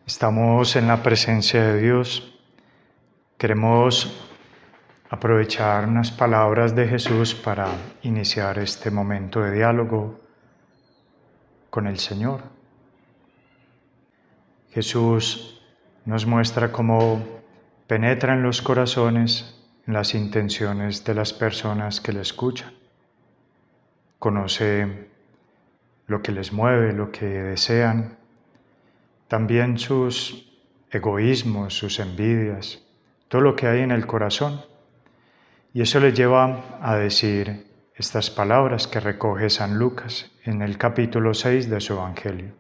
Estamos en la presencia de Dios. Queremos aprovechar unas palabras de Jesús para iniciar este momento de diálogo con el Señor. Jesús nos muestra cómo penetra en los corazones, en las intenciones de las personas que le escuchan. Conoce lo que les mueve, lo que desean, también sus egoísmos, sus envidias, todo lo que hay en el corazón. Y eso le lleva a decir estas palabras que recoge San Lucas en el capítulo 6 de su Evangelio.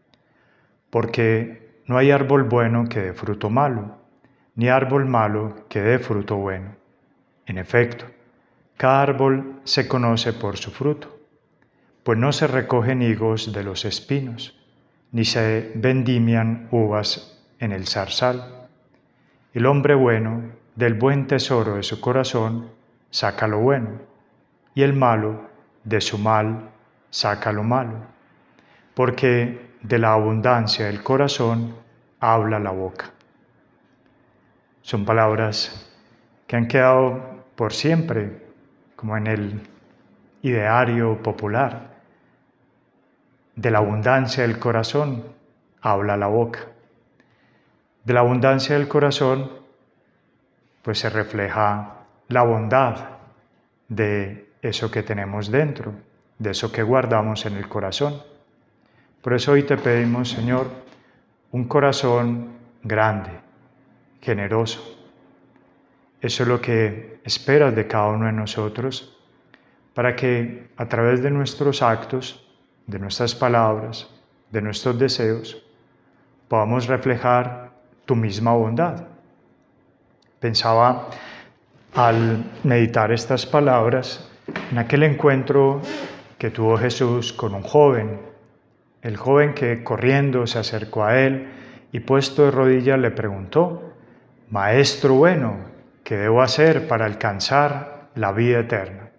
Porque no hay árbol bueno que dé fruto malo, ni árbol malo que dé fruto bueno. En efecto, cada árbol se conoce por su fruto, pues no se recogen higos de los espinos, ni se vendimian uvas en el zarzal. El hombre bueno, del buen tesoro de su corazón, saca lo bueno, y el malo, de su mal, saca lo malo. Porque de la abundancia del corazón habla la boca. Son palabras que han quedado por siempre, como en el ideario popular. De la abundancia del corazón habla la boca. De la abundancia del corazón, pues se refleja la bondad de eso que tenemos dentro, de eso que guardamos en el corazón. Por eso hoy te pedimos, Señor, un corazón grande, generoso. Eso es lo que esperas de cada uno de nosotros, para que a través de nuestros actos, de nuestras palabras, de nuestros deseos, podamos reflejar tu misma bondad. Pensaba al meditar estas palabras en aquel encuentro que tuvo Jesús con un joven, el joven que corriendo se acercó a él y puesto de rodillas le preguntó: Maestro bueno, ¿qué debo hacer para alcanzar la vida eterna?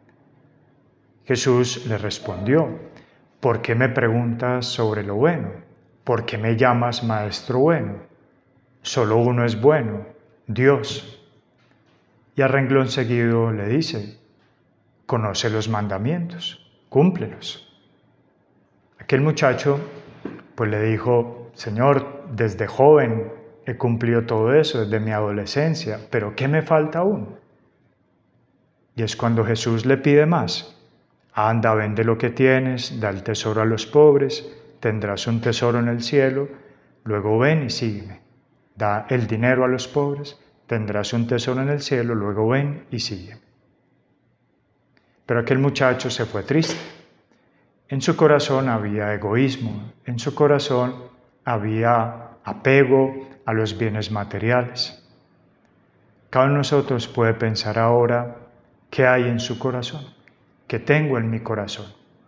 Jesús le respondió: ¿por qué me preguntas sobre lo bueno? ¿Por qué me llamas maestro bueno? Solo uno es bueno, Dios. Y a renglón seguido le dice: conoce los mandamientos, cúmplelos. Aquel muchacho pues le dijo: Señor, desde joven he cumplido todo eso, desde mi adolescencia, pero ¿qué me falta aún? Y es cuando Jesús le pide más. Anda, vende lo que tienes, da el tesoro a los pobres, tendrás un tesoro en el cielo, luego ven y sígueme. Da el dinero a los pobres, tendrás un tesoro en el cielo, luego ven y sígueme. Pero aquel muchacho se fue triste. En su corazón había egoísmo, en su corazón había apego a los bienes materiales. Cada uno de nosotros puede pensar ahora qué hay en su corazón, qué tengo en mi corazón.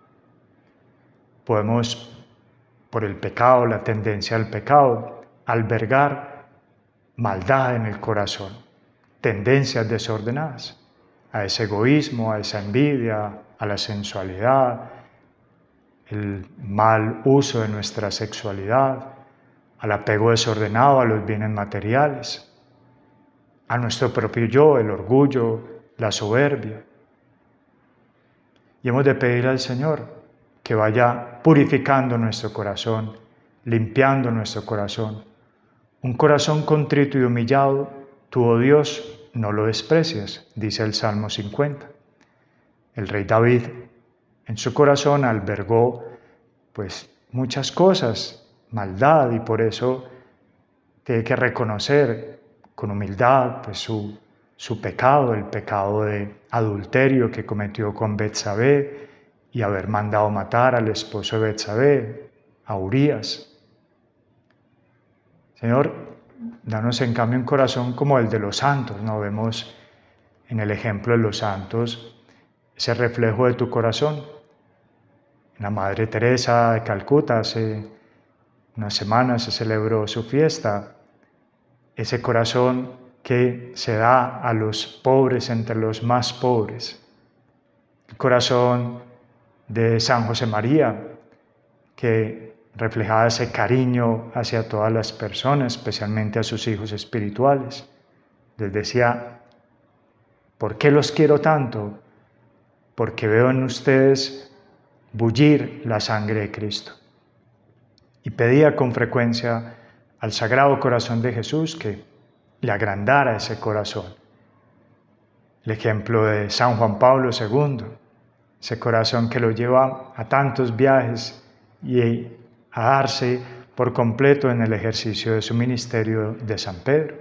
Podemos, por el pecado, la tendencia al pecado, albergar maldad en el corazón, tendencias desordenadas, a ese egoísmo, a esa envidia, a la sensualidad, el mal uso de nuestra sexualidad, al apego desordenado a los bienes materiales, a nuestro propio yo, el orgullo, la soberbia. Y hemos de pedir al Señor que vaya purificando nuestro corazón, limpiando nuestro corazón. Un corazón contrito y humillado, tú, oh Dios, no lo desprecias, dice el Salmo 50. El rey David en su corazón albergó pues muchas cosas, maldad, y por eso tiene que reconocer con humildad pues su pecado, el pecado de adulterio que cometió con Betsabé y haber mandado matar al esposo de Betsabé, a Urías. Señor, danos en cambio un corazón como el de los santos, ¿no? Vemos en el ejemplo de los santos ese reflejo de tu corazón. La Madre Teresa de Calcuta hace unas semanas se celebró su fiesta. Ese corazón que se da a los pobres entre los más pobres. El corazón de San José María, que reflejaba ese cariño hacia todas las personas, especialmente a sus hijos espirituales. Les decía, ¿por qué los quiero tanto? Porque veo en ustedes bullir la sangre de Cristo. Y pedía con frecuencia al Sagrado Corazón de Jesús que le agrandara ese corazón. El ejemplo de San Juan Pablo II, ese corazón que lo lleva a tantos viajes y a darse por completo en el ejercicio de su ministerio de San Pedro.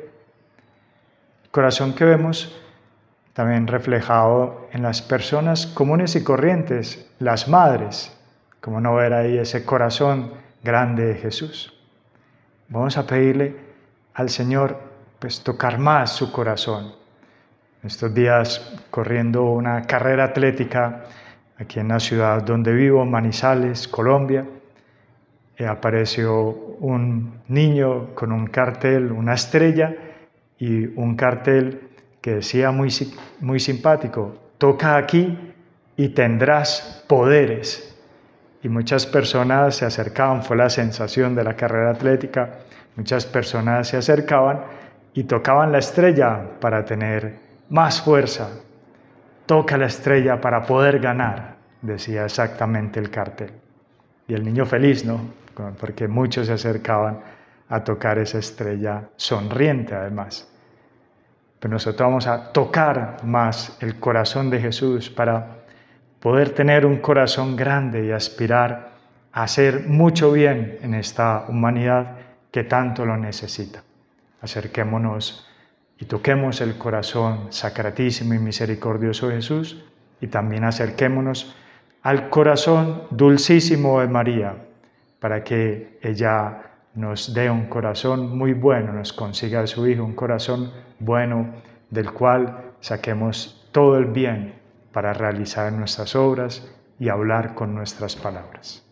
El corazón que vemos también reflejado en las personas comunes y corrientes, las madres, como no ver ahí ese corazón grande de Jesús. Vamos a pedirle al Señor pues tocar más su corazón. Estos días corriendo una carrera atlética aquí en la ciudad donde vivo, Manizales, Colombia, apareció un niño con un cartel, una estrella y un cartel que decía muy simpático, toca aquí y tendrás poderes. Y muchas personas se acercaban, fue la sensación de la carrera atlética, muchas personas se acercaban y tocaban la estrella para tener más fuerza. Toca la estrella para poder ganar, decía exactamente el cartel. Y el niño feliz, ¿no? Porque muchos se acercaban a tocar esa estrella, sonriente además. Pero nosotros vamos a tocar más el corazón de Jesús para poder tener un corazón grande y aspirar a hacer mucho bien en esta humanidad que tanto lo necesita. Acerquémonos y toquemos el corazón sacratísimo y misericordioso de Jesús y también acerquémonos al corazón dulcísimo de María para que ella nos dé un corazón muy bueno, nos consiga de su Hijo un corazón bueno del cual saquemos todo el bien para realizar nuestras obras y hablar con nuestras palabras.